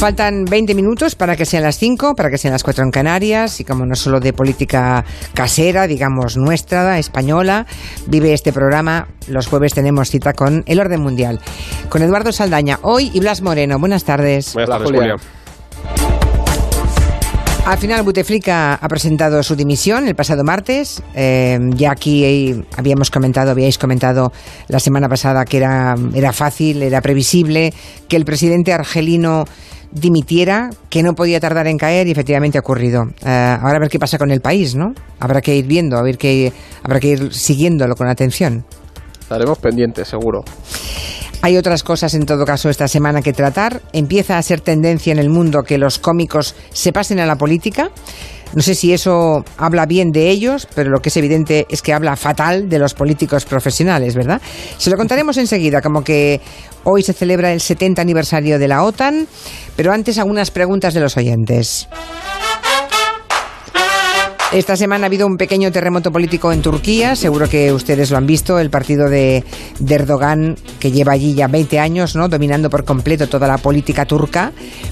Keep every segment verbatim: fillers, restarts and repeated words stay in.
Faltan veinte minutos para que sean las cinco, para que sean las cuatro en Canarias, y como no solo de política casera, digamos nuestra, española, vive este programa. Los jueves tenemos cita con El Orden Mundial, con Eduardo Saldaña hoy y Blas Moreno. Buenas tardes. Buenas tardes, Julia. Al final, Bouteflika ha presentado su dimisión el pasado martes. Eh, ya aquí habíamos comentado, habíais comentado la semana pasada que era, era fácil, era previsible que el presidente argelino dimitiera, que no podía tardar en caer, y efectivamente ha ocurrido. Eh, ahora a ver qué pasa con el país, ¿no? Habrá que ir viendo, a ver qué, habrá que ir siguiéndolo con atención. Estaremos pendientes, seguro. Hay otras cosas en todo caso esta semana que tratar. Empieza a ser tendencia en el mundo que los cómicos se pasen a la política. No sé si eso habla bien de ellos, pero lo que es evidente es que habla fatal de los políticos profesionales, ¿verdad? Se lo contaremos enseguida, como que hoy se celebra el setenta aniversario de la OTAN, pero antes algunas preguntas de los oyentes. Esta semana ha habido un pequeño terremoto político en Turquía, seguro que ustedes lo han visto, el partido de, de Erdogan, que lleva allí ya veinte años, ¿no?, dominando por completo toda la política turca.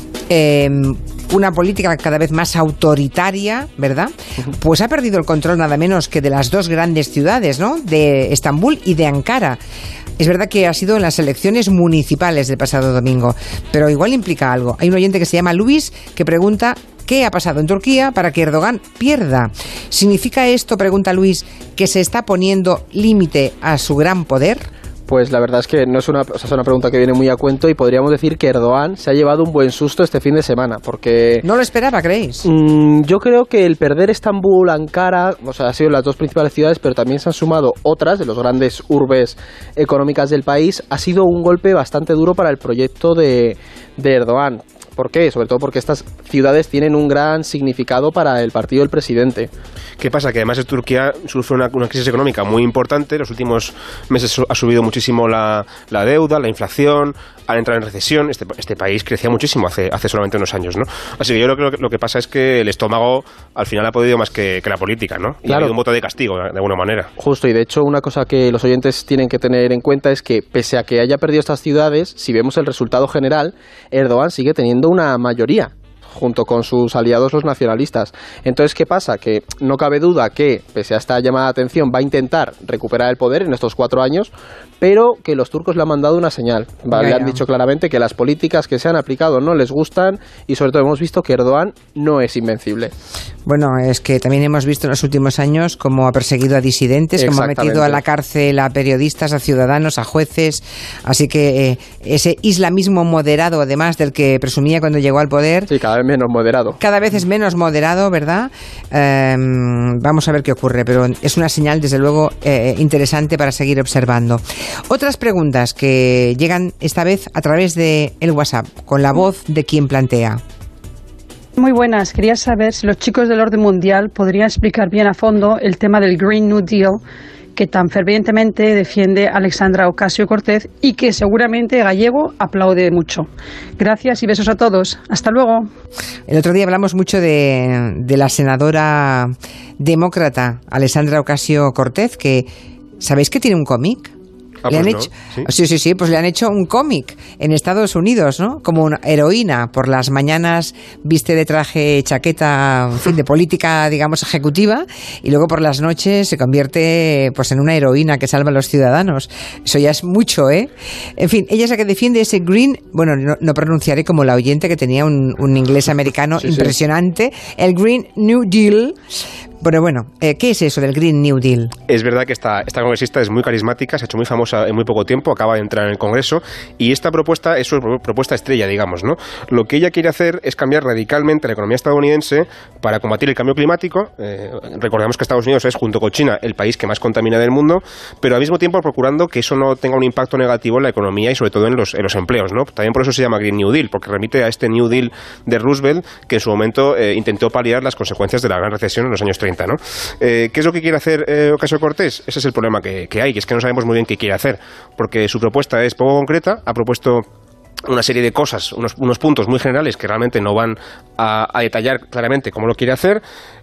Eh, una política cada vez más autoritaria, ¿verdad? Pues ha perdido el control nada menos que de las dos grandes ciudades, ¿no?, de Estambul y de Ankara. Es verdad que ha sido en las elecciones municipales del pasado domingo, pero igual implica algo. Hay un oyente que se llama Luis que pregunta: ¿qué ha pasado en Turquía para que Erdogan pierda? ¿Significa esto, pregunta Luis, que se está poniendo límite a su gran poder? Pues la verdad es que no es una, o sea, es una pregunta que viene muy a cuento, y podríamos decir que Erdogan se ha llevado un buen susto este fin de semana, porque... ¿No lo esperaba, creéis? Mmm, yo creo que el perder Estambul, Ankara, o sea, han sido las dos principales ciudades, pero también se han sumado otras de los grandes urbes económicas del país. Ha sido un golpe bastante duro para el proyecto de, de Erdogan. ¿Por qué? Sobre todo porque estas ciudades tienen un gran significado para el partido del presidente. ¿Qué pasa? Que además Turquía sufre una, una crisis económica muy importante. Los últimos meses ha subido muchísimo la, la deuda, la inflación, han entrado en recesión. Este, este país crecía muchísimo hace, hace solamente unos años, ¿no? Así que yo creo que lo que pasa es que el estómago al final ha podido más que, que la política, ¿no? Y claro, ha habido un voto de castigo, de alguna manera. Justo, y de hecho una cosa que los oyentes tienen que tener en cuenta es que pese a que haya perdido estas ciudades, si vemos el resultado general, Erdogan sigue teniendo una mayoría junto con sus aliados los nacionalistas. Entonces, ¿qué pasa? Que no cabe duda que, pese a esta llamada de atención, va a intentar recuperar el poder en estos cuatro años, pero que los turcos le han mandado una señal. ¿Vale? Le han dicho claramente que las políticas que se han aplicado no les gustan, y sobre todo hemos visto que Erdogan no es invencible. Bueno, es que también hemos visto en los últimos años cómo ha perseguido a disidentes, cómo ha metido a la cárcel a periodistas, a ciudadanos, a jueces. Así que eh, ese islamismo moderado, además del que presumía cuando llegó al poder... Sí, cada vez menos moderado. Cada vez es menos moderado, ¿verdad? Eh, vamos a ver qué ocurre, pero es una señal, desde luego, eh, interesante para seguir observando. Otras preguntas que llegan esta vez a través de el WhatsApp, con la voz de quien plantea. Muy buenas, quería saber si los chicos del Orden Mundial podrían explicar bien a fondo el tema del Green New Deal que tan fervientemente defiende Alexandra Ocasio-Cortez y que seguramente Gallego aplaude mucho. Gracias y besos a todos. Hasta luego. El otro día hablamos mucho de, de la senadora demócrata Alexandra Ocasio-Cortez, que ¿sabéis que tiene un cómic? Ah, le pues han no, hecho, ¿sí? sí, sí, sí, pues le han hecho un cómic en Estados Unidos, ¿no? Como una heroína. Por las mañanas viste de traje, chaqueta, en fin, de política, digamos, ejecutiva, y luego por las noches se convierte, pues, en una heroína que salva a los ciudadanos. Eso ya es mucho, ¿eh? En fin, ella es la que defiende ese green, bueno, no, no pronunciaré como la oyente que tenía un, un inglés americano sí, impresionante, sí. El Green New Deal. Pero bueno, eh, ¿qué es eso del Green New Deal? Es verdad que esta, esta congresista es muy carismática, se ha hecho muy famosa en muy poco tiempo, acaba de entrar en el Congreso, y esta propuesta es su propuesta estrella, digamos, ¿no? Lo que ella quiere hacer es cambiar radicalmente la economía estadounidense para combatir el cambio climático. Eh, recordemos que Estados Unidos es, junto con China, el país que más contamina del mundo, pero al mismo tiempo procurando que eso no tenga un impacto negativo en la economía y sobre todo en los, en los empleos, ¿no? También por eso se llama Green New Deal, porque remite a este New Deal de Roosevelt, que en su momento eh, intentó paliar las consecuencias de la gran recesión en los años treinta, ¿no? Eh, ¿Qué es lo que quiere hacer eh, Ocasio-Cortez? Ese es el problema que, que hay, que es que no sabemos muy bien qué quiere hacer, porque su propuesta es poco concreta, ha propuesto una serie de cosas, unos, unos puntos muy generales que realmente no van a, a detallar claramente cómo lo quiere hacer.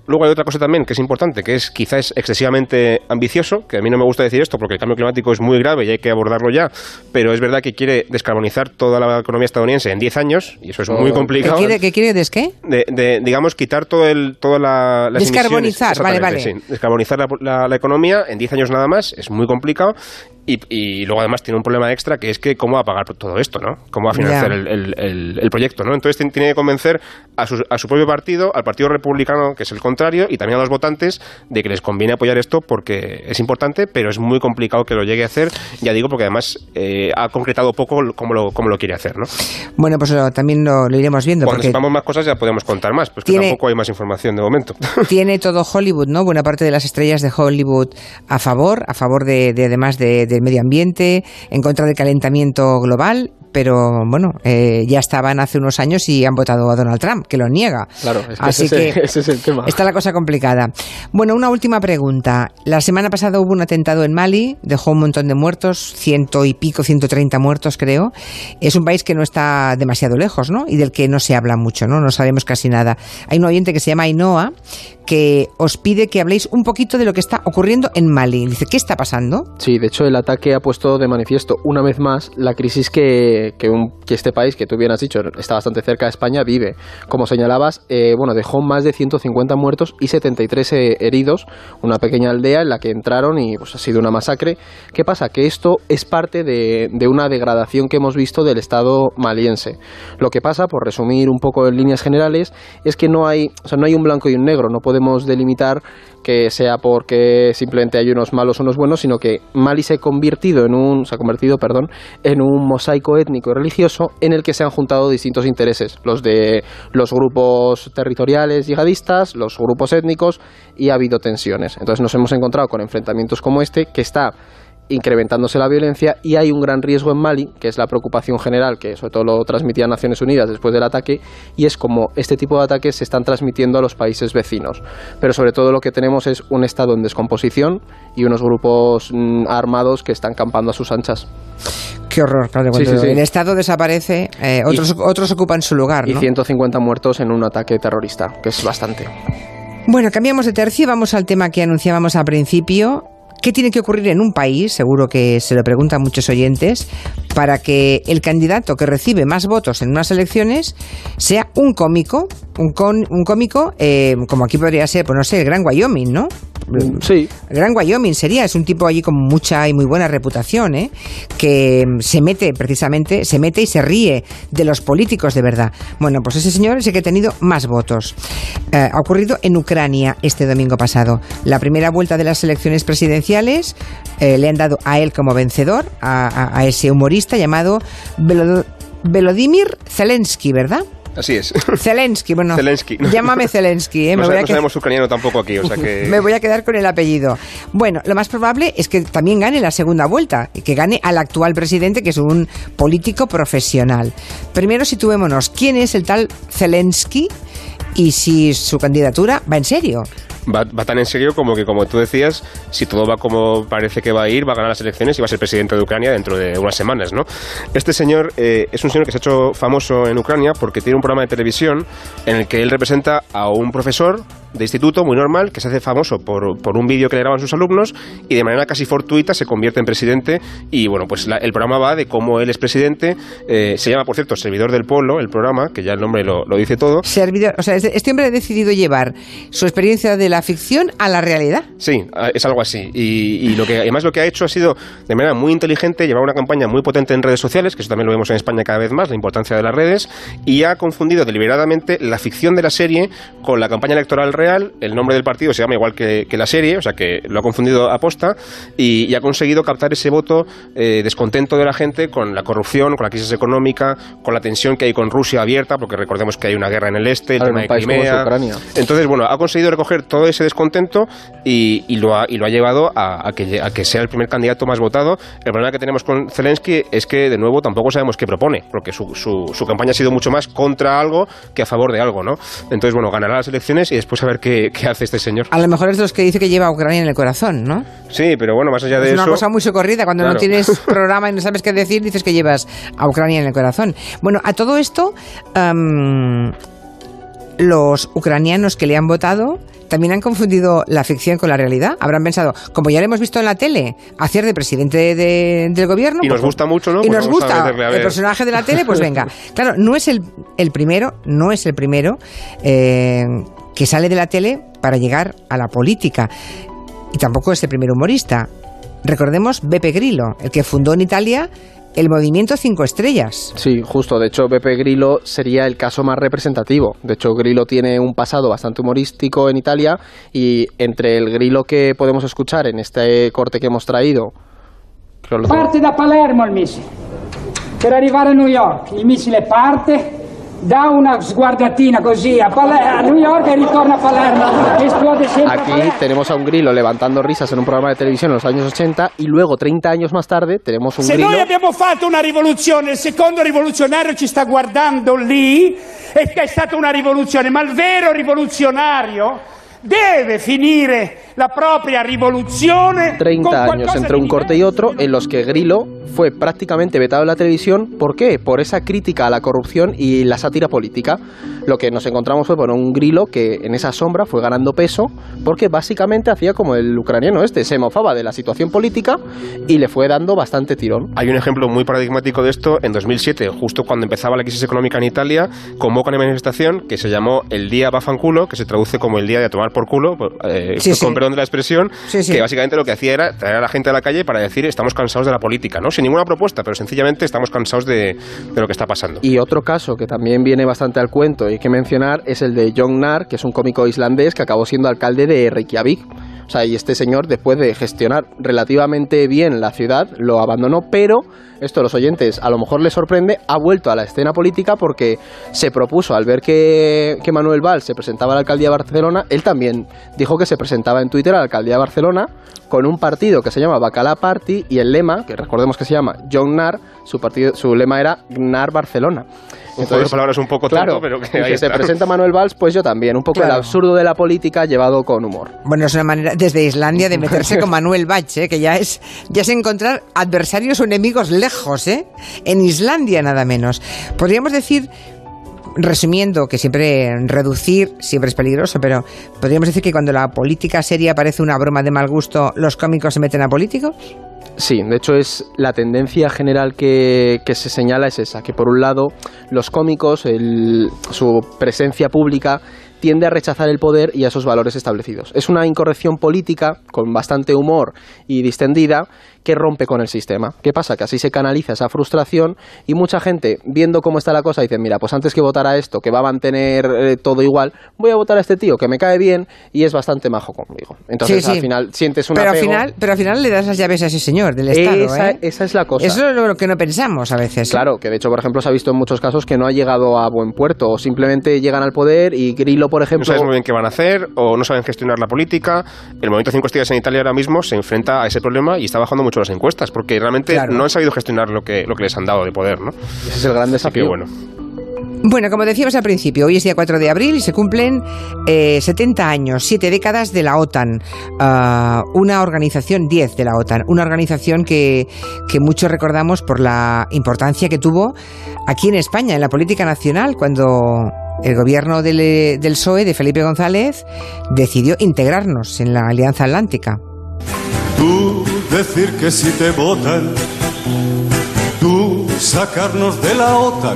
luego hay otra cosa también que es importante, que es quizás excesivamente ambicioso, que a mí no me gusta decir esto porque el cambio climático es muy grave y hay que abordarlo ya, pero es verdad que quiere descarbonizar toda la economía estadounidense en diez años, y eso es muy complicado. ¿Qué quiere, qué quiere des qué? De, de, digamos, quitar todo el, toda la, las descarbonizar, emisiones. vale, vale. Sí, descarbonizar la, la, la economía en diez años nada más, es muy complicado. Y, y luego además tiene un problema extra, que es que cómo va a pagar todo esto, ¿no? Cómo va a financiar el, el, el, el proyecto, ¿no? Entonces tiene que convencer a su, a su propio partido, al Partido Republicano, que es el contrario, y también a los votantes, de que les conviene apoyar esto porque es importante, pero es muy complicado que lo llegue a hacer, ya digo, porque además eh, ha concretado poco cómo lo, cómo lo quiere hacer, ¿no? Bueno, pues lo, también lo, lo iremos viendo. Cuando porque sepamos más cosas ya podemos contar más, pues que tiene, tampoco hay más información de momento. Tiene todo Hollywood, ¿no? Buena parte de las estrellas de Hollywood a favor, a favor de, de además de, del medio ambiente, en contra del calentamiento global, pero bueno, eh, ya estaban hace unos años y han votado a Donald Trump, que lo niega. Claro, es que Así ese, que ese es el tema. Está la cosa complicada. Bueno, una última pregunta. La semana pasada hubo un atentado en Mali, dejó un montón de muertos, ciento y pico, ciento treinta muertos creo. Es un país que no está demasiado lejos, ¿no? Y del que no se habla mucho, ¿no? No sabemos casi nada. Hay un oyente que se llama Ainhoa, que os pide que habléis un poquito de lo que está ocurriendo en Mali. Dice, ¿qué está pasando? Sí, de hecho el ataque ha puesto de manifiesto una vez más la crisis que, que, un, que este país, que tú bien has dicho, está bastante cerca de España, vive. Como señalabas, eh, bueno, dejó más de ciento cincuenta muertos y setenta y tres eh, heridos, una pequeña aldea en la que entraron y pues ha sido una masacre. ¿Qué pasa? Que esto es parte de, de una degradación que hemos visto del Estado maliense. Lo que pasa, por resumir un poco en líneas generales, es que no hay, o sea, no hay un blanco y un negro, no podemos podemos delimitar que sea porque simplemente hay unos malos o unos buenos, sino que Mali se ha convertido en un, se ha convertido, perdón, en un mosaico étnico y religioso en el que se han juntado distintos intereses, los de los grupos territoriales yihadistas, los grupos étnicos, y ha habido tensiones. Entonces nos hemos encontrado con enfrentamientos como este, que está incrementándose la violencia, y hay un gran riesgo en Mali, que es la preocupación general, que sobre todo lo transmitía Naciones Unidas después del ataque, y es como este tipo de ataques se están transmitiendo a los países vecinos. Pero sobre todo lo que tenemos es un Estado en descomposición y unos grupos mm, armados que están campando a sus anchas. Qué horror, claro, cuando sí, sí, sí. el Estado desaparece, eh, otros, y, otros ocupan su lugar, ¿no? Y ciento cincuenta muertos en un ataque terrorista, que es bastante. Bueno, cambiamos de tercio y vamos al tema que anunciábamos al principio. ¿Qué tiene que ocurrir en un país? Seguro que se lo preguntan muchos oyentes, para que el candidato que recibe más votos en unas elecciones sea un cómico, un, con, un cómico, eh, como aquí podría ser, pues no sé, el Gran Wyoming, ¿no? Sí. El Gran Wyoming sería, es un tipo allí con mucha y muy buena reputación, ¿eh? Que se mete precisamente, se mete y se ríe de los políticos de verdad. Bueno, pues ese señor es el que ha tenido más votos. Eh, ha ocurrido en Ucrania este domingo pasado. La primera vuelta de las elecciones presidenciales eh, le han dado a él como vencedor, a, a, a ese humorista llamado Velod- Volodymyr Zelensky, ¿verdad? Así es. Zelensky, bueno, Zelensky. Llámame Zelensky. ¿eh? No, Me voy a no sabemos ucraniano tampoco aquí, o sea que... Me voy a quedar con el apellido. Bueno, lo más probable es que también gane la segunda vuelta, y que gane al actual presidente, que es un político profesional. Primero situémonos, ¿quién es el tal Zelensky y si su candidatura va en serio? Va, va tan en serio como que, como tú decías, si todo va como parece que va a ir, va a ganar las elecciones y va a ser presidente de Ucrania dentro de unas semanas, ¿no? Este señor eh, es un señor que se ha hecho famoso en Ucrania porque tiene un programa de televisión en el que él representa a un profesor de instituto muy normal, que se hace famoso por, por un vídeo que le graban sus alumnos, y de manera casi fortuita se convierte en presidente. Y bueno, pues la, el programa va de cómo él es presidente. Eh, se llama, por cierto, Servidor del Pueblo, el programa, que ya el nombre lo, lo dice todo. Servidor, o sea, este hombre ha decidido llevar su experiencia de la ficción a la realidad. Sí, es algo así. Y, y lo que además lo que ha hecho ha sido, de manera muy inteligente, llevar una campaña muy potente en redes sociales, que eso también lo vemos en España cada vez más, la importancia de las redes, y ha confundido deliberadamente la ficción de la serie con la campaña electoral real. El nombre del partido se llama igual que, que la serie, o sea que lo ha confundido a posta, y, y ha conseguido captar ese voto eh, descontento de la gente con la corrupción, con la crisis económica, con la tensión que hay con Rusia abierta, porque recordemos que hay una guerra en el este, el claro, tema de país Crimea. Entonces, bueno, ha conseguido recoger todo ese descontento y, y, lo, ha, y lo ha llevado a, a, que, a que sea el primer candidato más votado. El problema que tenemos con Zelensky es que, de nuevo, tampoco sabemos qué propone, porque su, su, su campaña ha sido mucho más contra algo que a favor de algo, ¿no? Entonces, bueno, ganará las elecciones y después a ver qué, qué hace este señor. A lo mejor es de los que dice que lleva a Ucrania en el corazón, ¿no? Sí, pero bueno, más allá de eso... Es eso... una cosa muy socorrida, cuando claro. no tienes programa y no sabes qué decir, dices que llevas a Ucrania en el corazón. Bueno, a todo esto... Um, los ucranianos que le han votado también han confundido la ficción con la realidad. Habrán pensado, como ya lo hemos visto en la tele, hacer de presidente de, del gobierno... Y pues, nos gusta mucho, ¿no? Y Pues nos gusta a a el personaje de la tele, pues venga. Claro, no es el, el primero, no es el primero eh, que sale de la tele para llegar a la política. Y tampoco es el primer humorista. Recordemos Beppe Grillo, el que fundó en Italia el movimiento Cinco Estrellas. Sí, justo. De hecho, Beppe Grillo sería el caso más representativo. De hecho, Grillo tiene un pasado bastante humorístico en Italia y entre el Grillo que podemos escuchar en este corte que hemos traído... Creo lo parte da Palermo il missile. Per arrivare a New York, il missile parte, dà una sguardatina così a, Paler- a New York e ritorna a Palermo. Esplode sempre a Aquí Palermo. tenemos a un Grillo levantando risas en un programa de televisión en los años ochenta y luego, treinta años más tarde, tenemos un Se Grillo... noi abbiamo fatto una rivoluzione, il secondo rivoluzionario ci sta guardando lì e che è stata una rivoluzione, ma il vero rivoluzionario deve finire la propria rivoluzione treinta años entre un corte y otro en los que Grillo fue prácticamente vetado en la televisión. ¿Por qué? Por esa crítica a la corrupción y la sátira política. Lo que nos encontramos fue bueno, un Grillo que en esa sombra fue ganando peso porque básicamente hacía como el ucraniano este, se mofaba de la situación política y le fue dando bastante tirón. Hay un ejemplo muy paradigmático de esto. En dos mil siete, justo cuando empezaba la crisis económica en Italia, convoca una manifestación que se llamó el Día Vaffanculo, que se traduce como el Día de tomar por culo, eh, Sí, sí. con perdón de la expresión, Sí, sí. que básicamente lo que hacía era traer a la gente a la calle para decir estamos cansados de la política, ¿no? Sin ninguna propuesta, pero sencillamente estamos cansados de, de lo que está pasando. Y otro caso que también viene bastante al cuento y hay que mencionar es el de Jon Gnarr, que es un cómico islandés que acabó siendo alcalde de Reykjavik. O sea, y este señor, después de gestionar relativamente bien la ciudad, lo abandonó, pero esto a los oyentes a lo mejor les sorprende, ha vuelto a la escena política porque se propuso, al ver que, que Manuel Valls se presentaba a la alcaldía de Barcelona, él también dijo que se presentaba en Twitter a la alcaldía de Barcelona con un partido que se llama Bacalá Party y el lema, que recordemos que se llama Jon Gnarr, su, partido, su lema era Gnarr Barcelona. Un juego de palabras un poco claro, tonto, pero que y ahí que se está. presenta Manuel Valls, pues yo también. Un poco Claro. el absurdo de la política llevado con humor. Bueno, es una manera desde Islandia de meterse con Manuel Valls, ¿eh? Que ya es, ya es encontrar adversarios o enemigos lejos, ¿eh? En Islandia nada menos. Podríamos decir, resumiendo, que siempre reducir siempre es peligroso, pero podríamos decir que cuando la política seria parece una broma de mal gusto, los cómicos se meten a políticos. Sí, de hecho es la tendencia general que, que se señala es esa, que por un lado los cómicos, el, su presencia pública tiende a rechazar el poder y a esos valores establecidos. Es una incorrección política con bastante humor y distendida que rompe con el sistema. ¿Qué pasa? Que así se canaliza esa frustración y mucha gente, viendo cómo está la cosa, dice, mira, pues antes que votar a esto, que va a mantener eh, todo igual, voy a votar a este tío que me cae bien y es bastante majo conmigo. Entonces, Sí, sí. al final sientes un Pero al apego. final, pero al final le das las llaves a ese señor del Estado, esa, ¿eh? esa es la cosa. Eso es lo que no pensamos a veces. ¿eh? Claro, que de hecho, por ejemplo, se ha visto en muchos casos que no ha llegado a buen puerto o simplemente llegan al poder y Grillo, por No ejemplo... sabes muy bien qué van a hacer o no saben gestionar la política. El movimiento Cinco Estrellas en Italia ahora mismo se enfrenta a ese problema y está bajando mucho las encuestas porque realmente Claro. no han sabido gestionar lo que, lo que les han dado de poder, ¿no? Ese es el gran Así desafío. que bueno. Bueno, como decíamos al principio, hoy es día cuatro de abril y se cumplen eh, setenta años, siete décadas de la OTAN, uh, una organización, diez de la OTAN, una organización que, que muchos recordamos por la importancia que tuvo aquí en España, en la política nacional, cuando el gobierno del, del P S O E, de Felipe González, decidió integrarnos en la Alianza Atlántica. Tú decir que si te votan, tú sacarnos de la OTAN,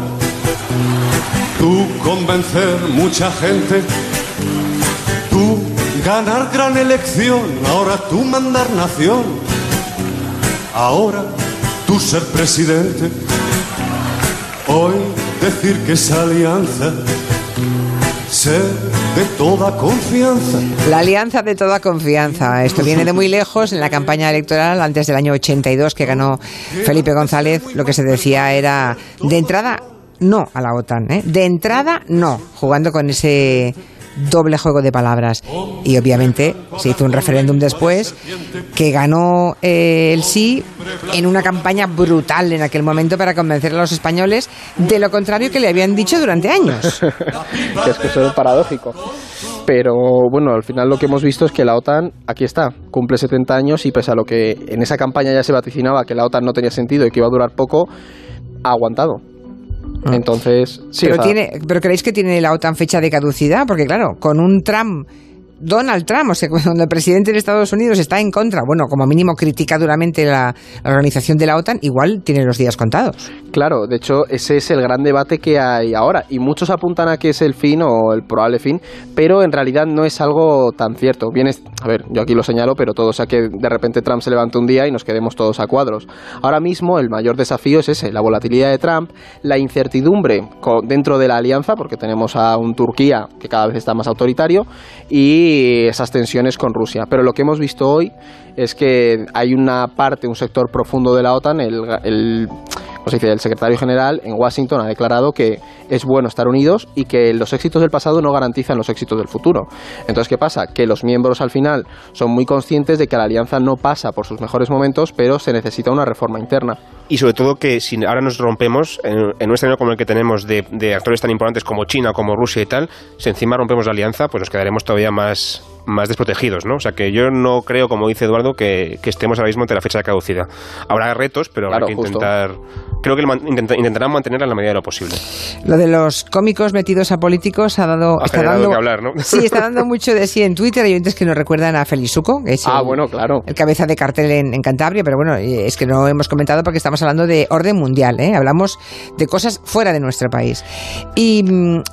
tú convencer mucha gente, tú ganar gran elección, ahora tú mandar nación, ahora tú ser presidente, hoy decir que esa alianza ser de toda confianza. La alianza de toda confianza. Esto viene de muy lejos. En la campaña electoral, antes del año ochenta y dos, que ganó Felipe González, lo que se decía era, de entrada, no a la OTAN, ¿eh? De entrada, no, jugando con ese doble juego de palabras. Y obviamente se hizo un referéndum después que ganó eh, el sí en una campaña brutal en aquel momento para convencer a los españoles de lo contrario que le habían dicho durante años. Que es que eso es paradójico. Pero bueno, al final lo que hemos visto es que la OTAN, aquí está, cumple setenta años y pese a lo que en esa campaña ya se vaticinaba que la OTAN no tenía sentido y que iba a durar poco, ha aguantado. Mm. Entonces, sí. Pero, o sea, tiene, ¿Pero creéis que tiene la OTAN fecha de caducidad? Porque claro, con un Trump... Donald Trump, o sea, cuando el presidente de Estados Unidos está en contra, bueno, como mínimo critica duramente la, la organización de la OTAN, igual tiene los días contados. Claro, de hecho, ese es el gran debate que hay ahora, y muchos apuntan a que es el fin o el probable fin, pero en realidad no es algo tan cierto. Bien, es, a ver, yo aquí lo señalo, pero todo sea que de repente Trump se levante un día y nos quedemos todos a cuadros. Ahora mismo el mayor desafío es ese, la volatilidad de Trump, la incertidumbre dentro de la alianza, porque tenemos a un Turquía que cada vez está más autoritario, y esas tensiones con Rusia. Pero lo que hemos visto hoy es que hay una parte, un sector profundo de la OTAN, el, el, ¿cómo se dice? El secretario general en Washington ha declarado que es bueno estar unidos y que los éxitos del pasado no garantizan los éxitos del futuro. Entonces, ¿qué pasa? Que los miembros al final son muy conscientes de que la alianza no pasa por sus mejores momentos, pero se necesita una reforma interna. Y sobre todo que si ahora nos rompemos, en, en un escenario como el que tenemos de, de actores tan importantes como China, como Rusia y tal, si encima rompemos la alianza, pues nos quedaremos todavía más, más desprotegidos, ¿no? O sea que yo no creo, como dice Eduardo, que, que estemos ahora mismo ante la fecha de caducidad. Habrá retos, pero claro, habrá que justo. intentar... Creo que intenta, intentarán mantenerla en la medida de lo posible. Lo de los cómicos metidos a políticos ha dado... Ha está dando que hablar, ¿no? Sí, está dando mucho de sí en Twitter. Hay oyentes que nos recuerdan a Felizuco, que es ah, el, bueno, claro. el cabeza de cartel en, en Cantabria, pero bueno, es que no hemos comentado porque estamos hablando de orden mundial, ¿eh? Hablamos de cosas fuera de nuestro país. Y,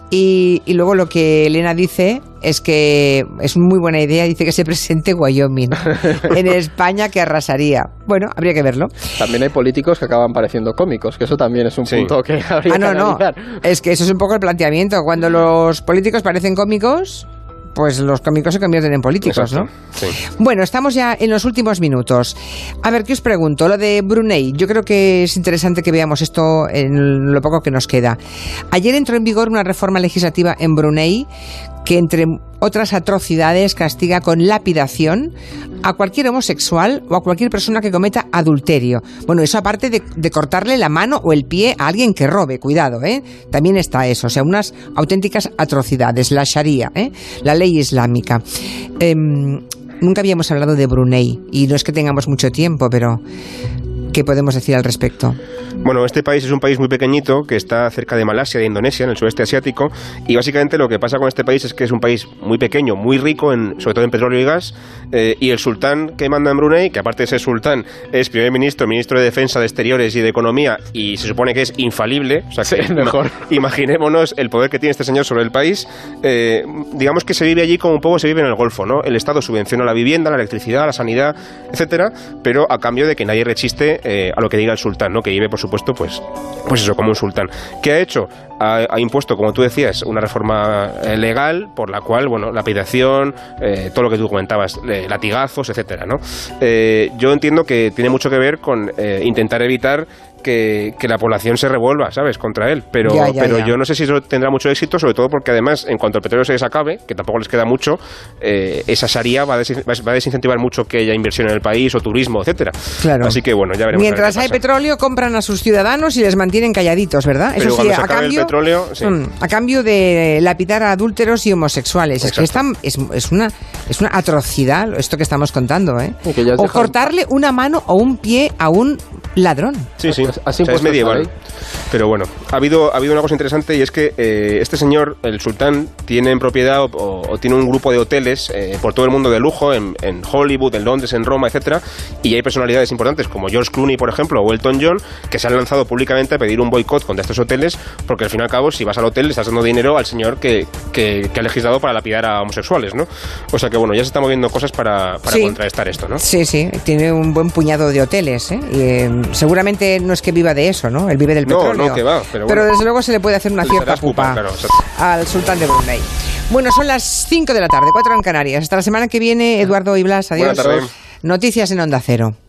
y, y luego lo que Elena dice es que es muy buena idea, dice que se presente Wyoming en España, que arrasaría. Bueno, habría que verlo. También hay políticos que acaban pareciendo cómicos, que eso también es un sí. punto que habría ah, no, que analizar. No, es que eso es un poco el planteamiento. Cuando los políticos parecen cómicos, pues los cómicos se convierten en políticos, exacto, ¿no? Sí. Bueno, estamos ya en los últimos minutos. A ver, ¿qué os pregunto? Lo de Brunei. Yo creo que es interesante que veamos esto en lo poco que nos queda. Ayer entró en vigor una reforma legislativa en Brunei que, entre otras atrocidades, castiga con lapidación a cualquier homosexual o a cualquier persona que cometa adulterio. Bueno, eso aparte de, de cortarle la mano o el pie a alguien que robe, cuidado, ¿eh? También está eso, o sea, unas auténticas atrocidades, la Sharia, ¿eh? La ley islámica. Eh, nunca habíamos hablado de Brunei y no es que tengamos mucho tiempo, pero ¿qué podemos decir al respecto? Bueno, este país es un país muy pequeñito que está cerca de Malasia, de Indonesia, en el sudeste asiático, y básicamente lo que pasa con este país es que es un país muy pequeño, muy rico, en, sobre todo en petróleo y gas, eh, y el sultán que manda en Brunei, que aparte de ser sultán, es primer ministro, ministro de Defensa, de Exteriores y de Economía, y se supone que es infalible, o sea que sí, mejor. Imaginémonos el poder que tiene este señor sobre el país. Eh, digamos que se vive allí como un poco se vive en el Golfo, ¿no? El Estado subvenciona la vivienda, la electricidad, la sanidad, etcétera, pero a cambio de que nadie rechiste eh, a lo que diga el sultán, ¿no? Que vive, por supuesto, supuesto, pues, pues eso, como un sultán. ¿Qué ha hecho? Ha, ha impuesto, como tú decías, una reforma eh, legal por la cual, bueno, la lapidación, eh, todo lo que tú comentabas, eh, latigazos, etcétera, ¿no? Eh, yo entiendo que tiene mucho que ver con eh, intentar evitar Que, que la población se revuelva, ¿sabes?, contra él, pero, ya, ya, pero ya. yo no sé si eso tendrá mucho éxito, sobre todo porque además, en cuanto el petróleo se desacabe, que tampoco les queda mucho, eh, esa Sharia va a, des, va a desincentivar mucho que haya inversión en el país o turismo, etcétera. Claro. Así que bueno, ya veremos. Mientras a ver hay qué pasa. petróleo, compran a sus ciudadanos y les mantienen calladitos, ¿verdad? Pero Eso sí, cuando se a acabe cambio, el petróleo, sí. mm, a cambio de lapidar a adúlteros y homosexuales. Es que Exacto. es, tan- es, es una, es una atrocidad esto que estamos contando, ¿eh? Y que ya has O dejado- cortarle una mano o un pie a un ladrón. Sí, sí, Así o sea, es impuesto medieval. está, ¿eh? Pero bueno, ha habido, ha habido una cosa interesante y es que eh, este señor, el sultán, tiene en propiedad o, o tiene un grupo de hoteles eh, por todo el mundo de lujo, en, en Hollywood, en Londres, en Roma, etcétera, y hay personalidades importantes como George Clooney, por ejemplo, o Elton John, que se han lanzado públicamente a pedir un boicot contra estos hoteles, porque al fin y al cabo, si vas al hotel, le estás dando dinero al señor que, que, que ha legislado para lapidar a homosexuales, ¿no? O sea que bueno, ya se están moviendo cosas para, para Sí. contrarrestar esto, ¿no? Sí, sí, tiene un buen puñado de hoteles, ¿eh? Y, eh, seguramente no es que viva de eso, ¿no? Él vive del No, petróleo. no, que va, pero bueno. desde luego se le puede hacer una Se le cierta hará pupa, pupa claro, exacto. al sultán de Brunei. Bueno, son las cinco de la tarde, cuatro en Canarias. Hasta la semana que viene, Eduardo y Blas. Adiós. Buena tarde. Noticias en Onda Cero.